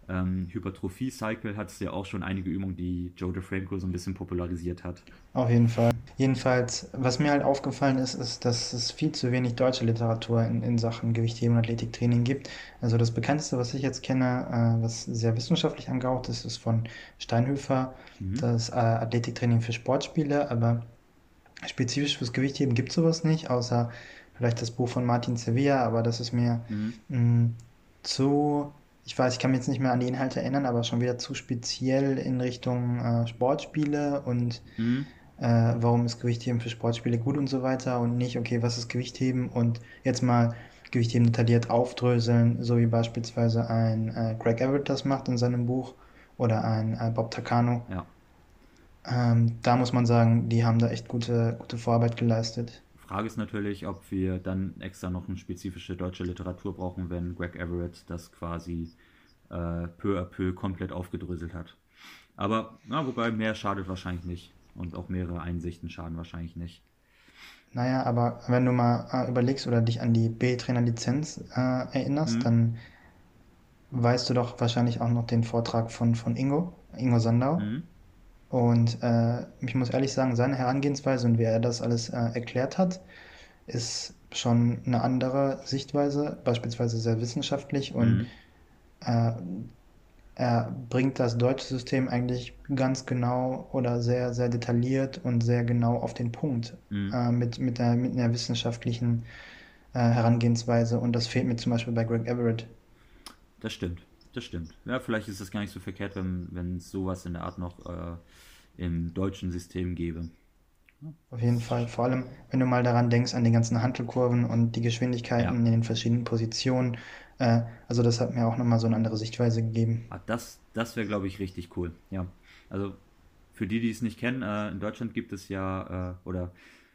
ähm, Hypertrophie-Cycle hat es ja auch schon einige Übungen, die Joe DeFranco so ein bisschen popularisiert hat. Auf jeden Fall. Jedenfalls, was mir halt aufgefallen ist, ist, dass es viel zu wenig deutsche Literatur in, in Sachen Gewichtheben und Athletiktraining gibt. Also das bekannteste, was ich jetzt kenne, äh, was sehr wissenschaftlich angehaucht ist, ist von Steinhöfer, Mhm. das äh, Athletiktraining für Sportspiele, aber spezifisch fürs Gewichtheben gibt es sowas nicht, außer vielleicht das Buch von Martin Sevilla, aber das ist mir Mhm. mh, zu, ich weiß, ich kann mich jetzt nicht mehr an die Inhalte erinnern, aber schon wieder zu speziell in Richtung äh, Sportspiele und Mhm. äh, warum ist Gewichtheben für Sportspiele gut und so weiter und nicht, okay, was ist Gewichtheben und jetzt mal Gewichtheben detailliert aufdröseln, so wie beispielsweise ein äh, Greg Everett das macht in seinem Buch oder ein äh, Bob Takano. Ja. Ähm, da muss man sagen, die haben da echt gute, gute Vorarbeit geleistet. Frage ist natürlich, ob wir dann extra noch eine spezifische deutsche Literatur brauchen, wenn Greg Everett das quasi äh, peu à peu komplett aufgedröselt hat. Aber, na, wobei mehr schadet wahrscheinlich nicht. Und auch mehrere Einsichten schaden wahrscheinlich nicht. Naja, aber wenn du mal äh, überlegst oder dich an die B-Trainer-Lizenz äh, erinnerst, Mhm. dann weißt du doch wahrscheinlich auch noch den Vortrag von, von Ingo, Ingo Sandau. Mhm. Und äh, ich muss ehrlich sagen, seine Herangehensweise und wie er das alles äh, erklärt hat, ist schon eine andere Sichtweise, beispielsweise sehr wissenschaftlich und Mhm. äh, er bringt das deutsche System eigentlich ganz genau oder sehr, sehr detailliert und sehr genau auf den Punkt Mhm. äh, mit, mit, der, mit einer wissenschaftlichen äh, Herangehensweise und das fehlt mir zum Beispiel bei Greg Everett. Das stimmt. Das stimmt. Ja, vielleicht ist es gar nicht so verkehrt, wenn, wenn es sowas in der Art noch äh, im deutschen System gäbe. Auf jeden Fall. Vor allem, wenn du mal daran denkst, an die ganzen Hantelkurven und die Ja, Geschwindigkeiten in den verschiedenen Positionen. Äh, also das hat mir auch nochmal so eine andere Sichtweise gegeben. ah, das, das wäre, glaube ich, richtig cool. Ja, also für die, die es nicht kennen, äh, in Deutschland gibt es ja, äh, oder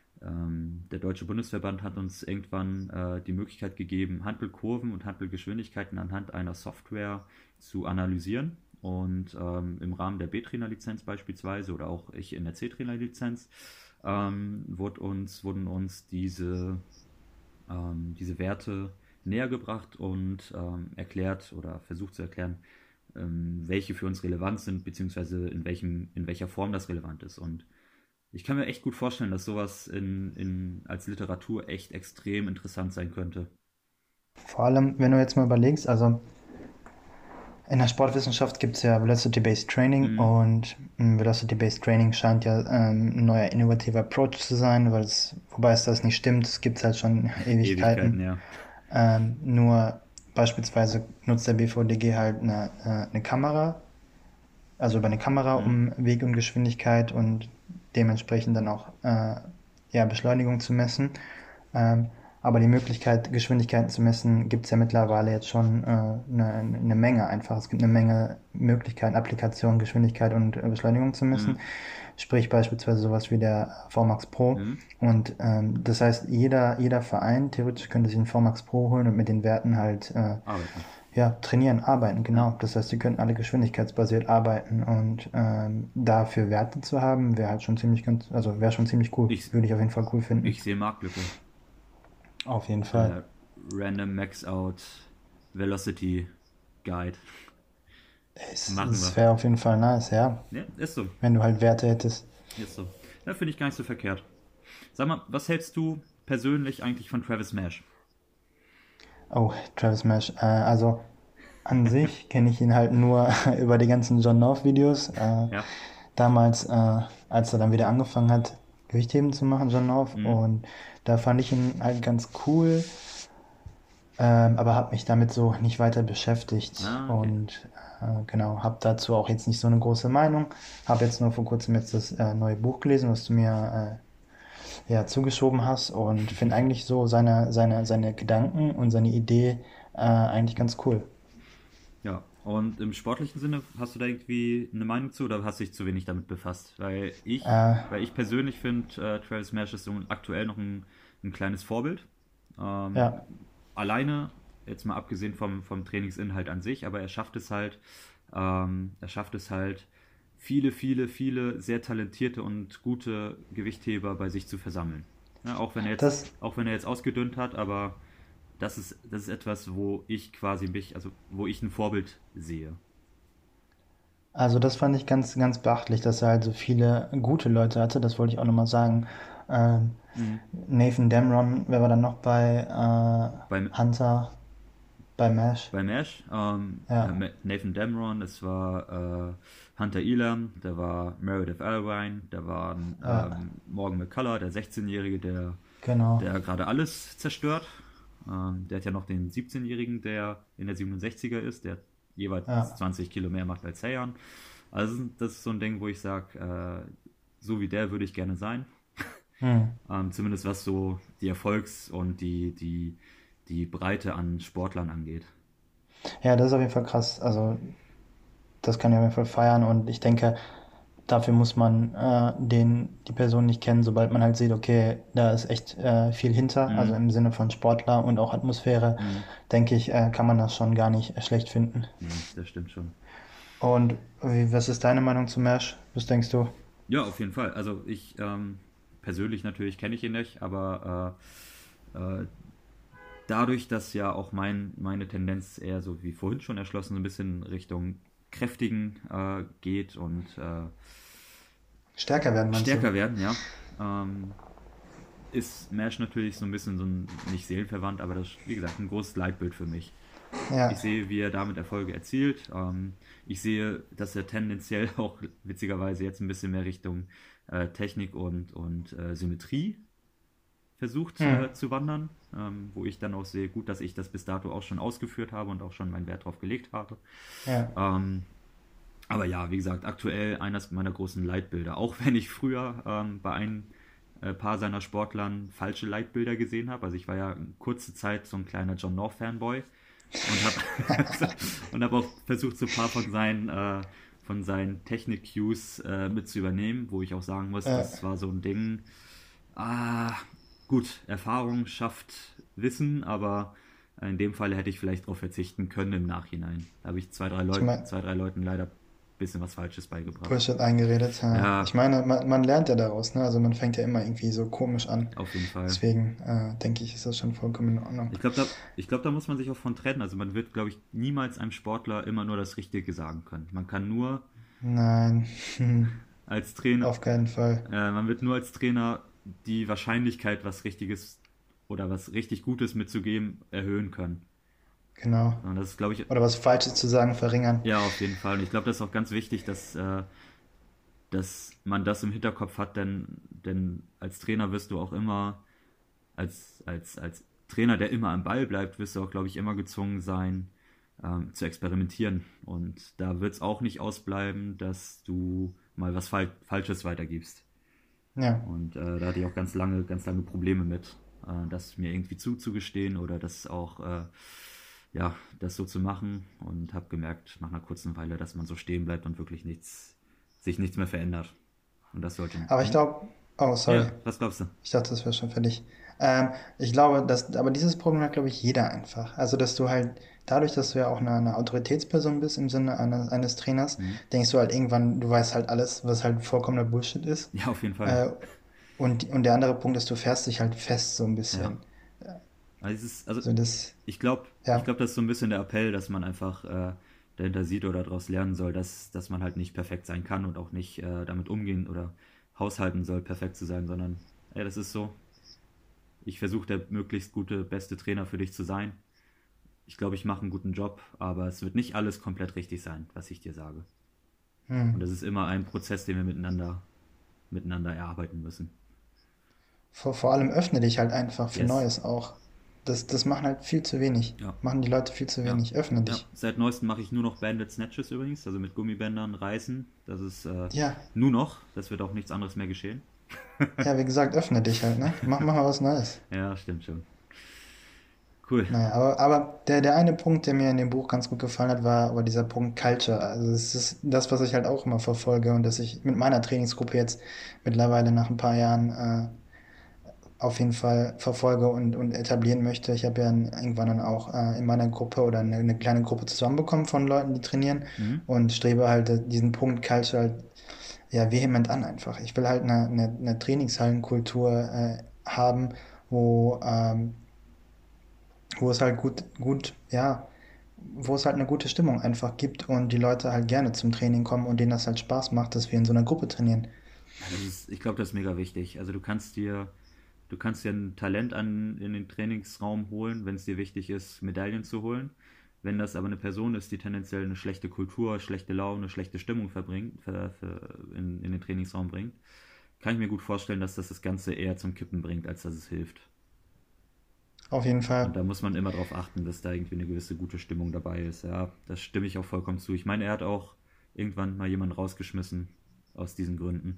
ähm, der Deutsche Bundesverband hat uns irgendwann äh, die Möglichkeit gegeben, Hantelkurven und Hantelgeschwindigkeiten anhand einer Software zu analysieren. Und ähm, im Rahmen der B-Trainer-Lizenz beispielsweise oder auch ich in der C-Trainer-Lizenz ähm, wurde uns, wurden uns diese, ähm, diese Werte näher gebracht und ähm, erklärt oder versucht zu erklären, ähm, welche für uns relevant sind, beziehungsweise in, welchem, in welcher Form das relevant ist. Und ich kann mir echt gut vorstellen, dass sowas in, in, als Literatur echt extrem interessant sein könnte. Vor allem, wenn du jetzt mal überlegst, also in der Sportwissenschaft gibt es ja Velocity-Based Training Mhm. und mm, Velocity-Based Training scheint ja ähm, ein neuer innovativer Approach zu sein, weil es, wobei es das nicht stimmt, es gibt es halt schon Ewigkeiten, Ewigkeiten. ja. Ähm, nur beispielsweise nutzt der B V D G halt eine, äh, eine Kamera, also über eine Kamera, Mhm. um Weg und Geschwindigkeit und dementsprechend dann auch äh, ja, Beschleunigung zu messen. Ähm, aber die Möglichkeit, Geschwindigkeiten zu messen, gibt es ja mittlerweile jetzt schon äh, eine, eine Menge einfach. Es gibt eine Menge Möglichkeiten, Applikationen, Geschwindigkeit und äh, Beschleunigung zu messen. Mhm. Sprich beispielsweise sowas wie der V MAX Pro. Mhm. Und ähm, das heißt, jeder, jeder Verein theoretisch könnte sich einen V MAX Pro holen und mit den Werten halt äh, Arbeiten. ja, trainieren, arbeiten, Ja. genau. Das heißt, sie könnten alle geschwindigkeitsbasiert arbeiten und ähm, dafür Werte zu haben, wäre halt schon ziemlich ganz, also wäre schon ziemlich cool. Ich, Würde ich auf jeden Fall cool finden. ich sehe Marktlücke. Auf jeden Fall. Äh, Random Max Out Velocity Guide. Es, Machen es wir. wäre auf jeden Fall nice, ja. Ja, ist so. Wenn du halt Werte hättest. Ist so. Ja, finde ich gar nicht so verkehrt. Sag mal, was hältst du persönlich eigentlich von Travis Mash? Oh, Travis Mash. Äh, also an sich kenne ich ihn halt nur über die ganzen John North Videos. Äh, Ja. damals, äh, als er dann wieder angefangen hat, Gewichtheben zu machen, John North. Mhm. Und da fand ich ihn halt ganz cool. Ähm, aber habe mich damit so nicht weiter beschäftigt Ah, okay. und äh, genau, habe dazu auch jetzt nicht so eine große Meinung. Habe jetzt nur vor kurzem jetzt das äh, neue Buch gelesen, was du mir äh, ja, zugeschoben hast und finde eigentlich so seine, seine, seine Gedanken und seine Idee äh, eigentlich ganz cool. Ja, und im sportlichen Sinne hast du da irgendwie eine Meinung zu oder hast dich zu wenig damit befasst? Weil ich, Äh, weil ich persönlich finde, äh, Travis Mash ist so aktuell noch ein, ein kleines Vorbild. Ähm, ja, alleine, jetzt mal abgesehen vom, vom Trainingsinhalt an sich, aber er schafft es halt, ähm, er schafft es halt, viele, viele, viele sehr talentierte und gute Gewichtheber bei sich zu versammeln. Ja, auch wenn er jetzt, das, auch wenn er jetzt ausgedünnt hat, aber das ist, das ist etwas, wo ich quasi mich, also wo ich ein Vorbild sehe. Also das fand ich ganz, ganz beachtlich, dass er halt so viele gute Leute hatte. Das wollte ich auch nochmal sagen. Ähm, Mhm. Nathan Damron, wer war dann noch bei Beim, äh, Hunter, bei MASH? bei MASH, ähm, ja, Ja, Ma- Nathan Damron, es war äh, Hunter Elam, da war Meredith Alwine, da war ja, ähm, Morgan McCullough, der sechzehn-Jährige, der, genau. der gerade alles zerstört. Ähm, der hat ja noch den siebzehn-Jährigen, der in der siebenundsechziger ist, der jeweils Ja. zwanzig Kilo mehr macht als Sayan. Also das ist so ein Ding, wo ich sage, äh, so wie der würde ich gerne sein. Hm. Ähm, zumindest was so die Erfolgs- und die, die, die Breite an Sportlern angeht. Ja, das ist auf jeden Fall krass. Also das kann ich auf jeden Fall feiern und ich denke, dafür muss man äh, den, die Person nicht kennen, sobald man halt sieht, okay, da ist echt äh, viel hinter, also Mhm. im Sinne von Sportler und auch Atmosphäre, Mhm. denke ich, äh, kann man das schon gar nicht äh, schlecht finden. Nee, das stimmt schon. Und wie, was ist deine Meinung zu Mesh? Was denkst du? Ja, auf jeden Fall. Also ich ähm, persönlich natürlich kenne ich ihn nicht, aber äh, äh, dadurch, dass ja auch mein, meine Tendenz eher so wie vorhin schon erschlossen, so ein bisschen Richtung kräftigen äh, geht und äh, Stärker werden, meinst du? stärker werden, ja, ähm, ist Mesh natürlich so ein bisschen so ein, nicht seelenverwandt, aber das ist, wie gesagt, ein großes Leitbild für mich. Ja, Ich sehe, wie er damit Erfolge erzielt. Ähm, ich sehe, dass er tendenziell auch witzigerweise jetzt ein bisschen mehr Richtung äh, Technik und, und äh, Symmetrie versucht hm. äh, zu wandern, ähm, wo ich dann auch sehe, gut, dass ich das bis dato auch schon ausgeführt habe und auch schon meinen Wert drauf gelegt habe. Ja, Ähm, aber ja, wie gesagt, aktuell eines meiner großen Leitbilder. Auch wenn ich früher ähm, bei ein äh, paar seiner Sportlern falsche Leitbilder gesehen habe. Also ich war ja eine kurze Zeit so ein kleiner John North-Fanboy und habe und hab auch versucht, so ein paar von seinen, äh, von seinen Technik-Cues äh, mit zu übernehmen, wo ich auch sagen muss, äh, das war so ein Ding. Ah, gut, Erfahrung schafft Wissen, aber in dem Fall hätte ich vielleicht darauf verzichten können im Nachhinein. Da habe ich zwei, drei ich Leuten, meine, zwei, drei Leuten leider ein bisschen was Falsches beigebracht. Bullshit eingeredet. Ja. Ja, Ich meine, man, man lernt ja daraus, ne? Also man fängt ja immer irgendwie so komisch an. auf jeden Fall. Deswegen äh, denke ich, ist das schon vollkommen in Ordnung. Ich glaube, da, ich glaub, da muss man sich auch von trennen. Also man wird, glaube ich, niemals einem Sportler immer nur das Richtige sagen können. Man kann nur Nein, als Trainer, auf keinen Fall. äh, man wird nur als Trainer die Wahrscheinlichkeit, was Richtiges oder was richtig Gutes mitzugeben, erhöhen können. Genau. Und das ist, glaube ich, Oder was Falsches zu sagen, verringern. ja, auf jeden Fall. Und ich glaube, das ist auch ganz wichtig, dass, äh, dass man das im Hinterkopf hat, denn, denn als Trainer wirst du auch immer, als, als, als Trainer, der immer am Ball bleibt, wirst du auch, glaube ich, immer gezwungen sein, ähm, zu experimentieren. Und da wird es auch nicht ausbleiben, dass du mal was Fal Falsches weitergibst. Ja. Und äh, da hatte ich auch ganz lange, ganz lange Probleme mit, äh, das mir irgendwie zuzugestehen oder das auch, äh, ja, das so zu machen und habe gemerkt nach einer kurzen Weile, dass man so stehen bleibt und wirklich nichts, sich nichts mehr verändert. Und das sollte. Aber ich Hm? glaube, oh, sorry. Ja, was glaubst du? Ich dachte, das wäre schon fertig. Ähm, ich glaube, dass, aber dieses Problem hat, glaube ich, jeder einfach. Also, dass du halt, dadurch, dass du ja auch eine, eine Autoritätsperson bist im Sinne eines, eines Trainers, Hm? denkst du halt irgendwann, du weißt halt alles, was halt vollkommener Bullshit ist. Ja, auf jeden Fall. Äh, und, und der andere Punkt ist, du fährst dich halt fest so ein Ja. bisschen. Also, es ist, also So das, ich glaube, ich ja, glaube, das ist so ein bisschen der Appell, dass man einfach äh, dahinter sieht oder daraus lernen soll, dass, dass man halt nicht perfekt sein kann und auch nicht äh, damit umgehen oder haushalten soll, perfekt zu sein, sondern ey, das ist so. Ich versuche der möglichst gute, beste Trainer für dich zu sein. Ich glaube, ich mache einen guten Job, aber es wird nicht alles komplett richtig sein, was ich dir sage. hm. Und das ist immer ein Prozess, den wir miteinander, miteinander erarbeiten müssen. Vor, vor allem öffne dich halt einfach für Yes. Neues auch. Das, das machen halt viel zu wenig. Ja. Machen die Leute viel zu Ja. wenig. Öffne Ja. dich. Seit neuestem mache ich nur noch Banded Snatches übrigens, also mit Gummibändern reißen. Das ist äh, Ja, nur noch. Das wird auch nichts anderes mehr geschehen. ja, wie gesagt, öffne dich halt, ne? Mach, mach mal was Neues. Ja, stimmt schon. Cool. Naja, aber, aber der, der eine Punkt, der mir in dem Buch ganz gut gefallen hat, war aber dieser Punkt Culture. Also es ist das, was ich halt auch immer verfolge und dass ich mit meiner Trainingsgruppe jetzt mittlerweile nach ein paar Jahren äh, auf jeden Fall verfolge und, und etablieren möchte. Ich habe ja irgendwann dann auch äh, in meiner Gruppe oder eine, eine kleine Gruppe zusammenbekommen von Leuten, die trainieren Mhm. und strebe halt äh, diesen Punkt Culture halt ja vehement an einfach. Ich will halt eine, eine, eine Trainingshallenkultur äh, haben, wo, ähm, wo es halt gut, gut, ja, wo es halt eine gute Stimmung einfach gibt und die Leute halt gerne zum Training kommen und denen das halt Spaß macht, dass wir in so einer Gruppe trainieren. Ja, das ist, ich glaube, das ist mega wichtig. Also du kannst dir, du kannst dir ein Talent an, in den Trainingsraum holen, wenn es dir wichtig ist, Medaillen zu holen. Wenn das aber eine Person ist, die tendenziell eine schlechte Kultur, schlechte Laune, schlechte Stimmung verbringt, für, für in, in den Trainingsraum bringt, kann ich mir gut vorstellen, dass das das Ganze eher zum Kippen bringt, als dass es hilft. Auf jeden Und Fall. da muss man immer darauf achten, dass da irgendwie eine gewisse gute Stimmung dabei ist. Ja, das stimme ich auch vollkommen zu. Ich meine, er hat auch irgendwann mal jemanden rausgeschmissen aus diesen Gründen.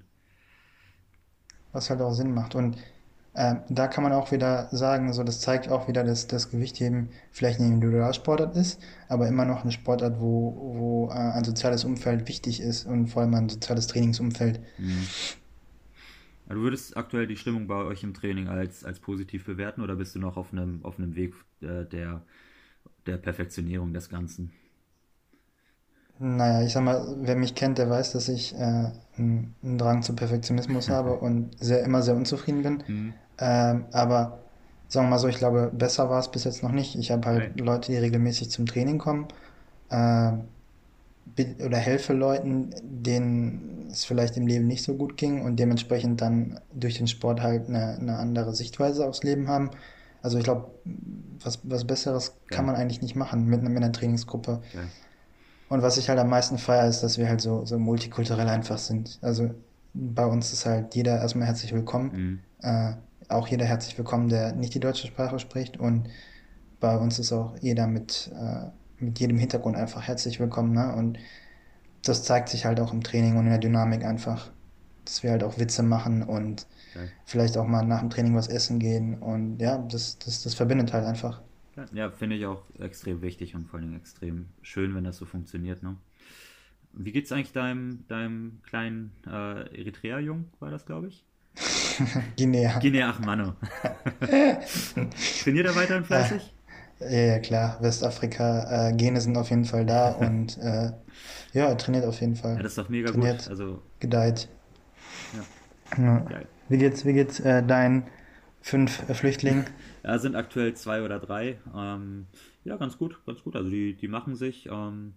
Was halt auch Sinn macht. Und äh, da kann man auch wieder sagen, so das zeigt auch wieder, dass das Gewichtheben vielleicht eine Individualsportart ist, aber immer noch eine Sportart, wo, wo äh, ein soziales Umfeld wichtig ist und vor allem ein soziales Trainingsumfeld. Hm. Ja, du würdest aktuell die Stimmung bei euch im Training als, als positiv bewerten oder bist du noch auf einem, auf einem Weg äh, der, der Perfektionierung des Ganzen? Naja, ich sag mal, wer mich kennt, der weiß, dass ich äh, einen, einen Drang zum Perfektionismus habe und sehr, immer sehr unzufrieden bin. Hm. Ähm, aber sagen wir mal so, ich glaube, besser war es bis jetzt noch nicht. Ich habe Geil. halt Leute, die regelmäßig zum Training kommen. Äh, bi- oder helfe Leuten, denen es vielleicht im Leben nicht so gut ging und dementsprechend dann durch den Sport halt eine, eine andere Sichtweise aufs Leben haben. Also ich glaube, was, was Besseres kann Geil. man eigentlich nicht machen mit, einer- mit einer Trainingsgruppe. Geil. Und was ich halt am meisten feiere, ist, dass wir halt so, so multikulturell einfach sind. Also bei uns ist halt jeder erstmal herzlich willkommen. Hm. Äh, auch jeder herzlich willkommen, der nicht die deutsche Sprache spricht. Und bei uns ist auch jeder mit, äh, mit jedem Hintergrund einfach herzlich willkommen. Ne? Und das zeigt sich halt auch im Training und in der Dynamik einfach, dass wir halt auch Witze machen und Geil. vielleicht auch mal nach dem Training was essen gehen. Und ja, das, das, das verbindet halt einfach. Ja, ja, finde ich auch extrem wichtig und vor allem extrem schön, wenn das so funktioniert, ne? Wie geht's eigentlich deinem, deinem kleinen äh, Eritrea-Jungen, war das, glaube ich? Guinea. Guinea, ach Mano. Trainiert er weiterhin Äh, fleißig? ja, ja, klar. Westafrika, äh, Gene sind auf jeden Fall da und äh, ja, er trainiert auf jeden Ja, Fall. das ist doch mega gut. Trainiert, Also, gedeiht. ja, Ja. geil. Wie geht's, wie geht's äh, deinen fünf äh, Flüchtlingen? Ja, sind aktuell zwei oder drei. Ähm, ja, ganz gut, ganz gut. Also die, die machen sich. Ähm,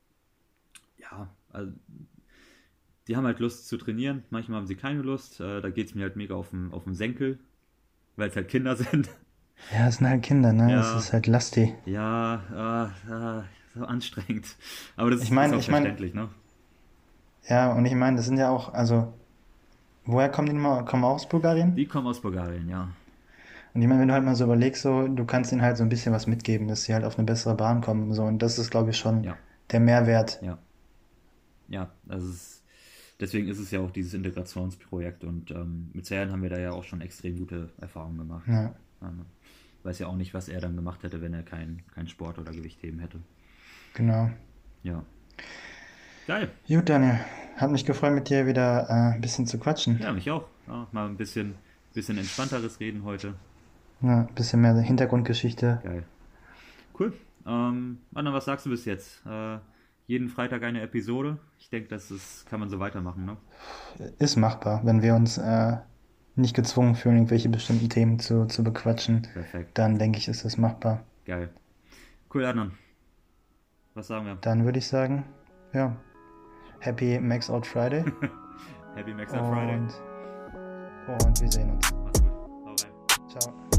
ja, also die haben halt Lust zu trainieren. Manchmal haben sie keine Lust. Äh, da geht es mir halt mega auf den, auf den Senkel, weil es halt Kinder sind. Ja, es sind halt Kinder, ne? Es Ja, ist halt lustig. ja, äh, äh, so anstrengend. Aber das Ich ist, ist meine, auch ich meine, verständlich, ne? ja, und ich meine, das sind ja auch, also, woher kommen die nochmal? Kommen auch aus Bulgarien? Die kommen aus Bulgarien, ja. Und ich meine, wenn du halt mal so überlegst, so, du kannst ihnen halt so ein bisschen was mitgeben, dass sie halt auf eine bessere Bahn kommen, so, und das ist, glaube ich, schon Ja, der Mehrwert. ja, ja. Das ist, deswegen ist es ja auch dieses Integrationsprojekt und ähm, mit Serhan haben wir da ja auch schon extrem gute Erfahrungen gemacht. Ja, Ähm, weiß ja auch nicht, was er dann gemacht hätte, wenn er keinen kein Sport oder Gewichtheben hätte. genau. Ja, geil. Gut, Daniel, hat mich gefreut, mit dir wieder äh, ein bisschen zu quatschen. Ja, mich auch. Ja, mal ein bisschen, bisschen entspannteres Reden heute. Ja, ein bisschen mehr Hintergrundgeschichte. Geil. Cool. Ähm, Anna, was sagst du bis jetzt? Äh, jeden Freitag eine Episode. Ich denke, das ist, kann man so weitermachen, ne? Ist machbar, wenn wir uns äh, nicht gezwungen fühlen, irgendwelche bestimmten Themen zu, zu bequatschen, Perfekt. dann denke ich, ist das machbar. Geil. Cool, Adnan. Was sagen wir? Dann würde ich sagen, ja, Happy Max Out Friday Happy Max Out Friday. und, und wir sehen uns. Mach's gut. Hau rein. Ciao.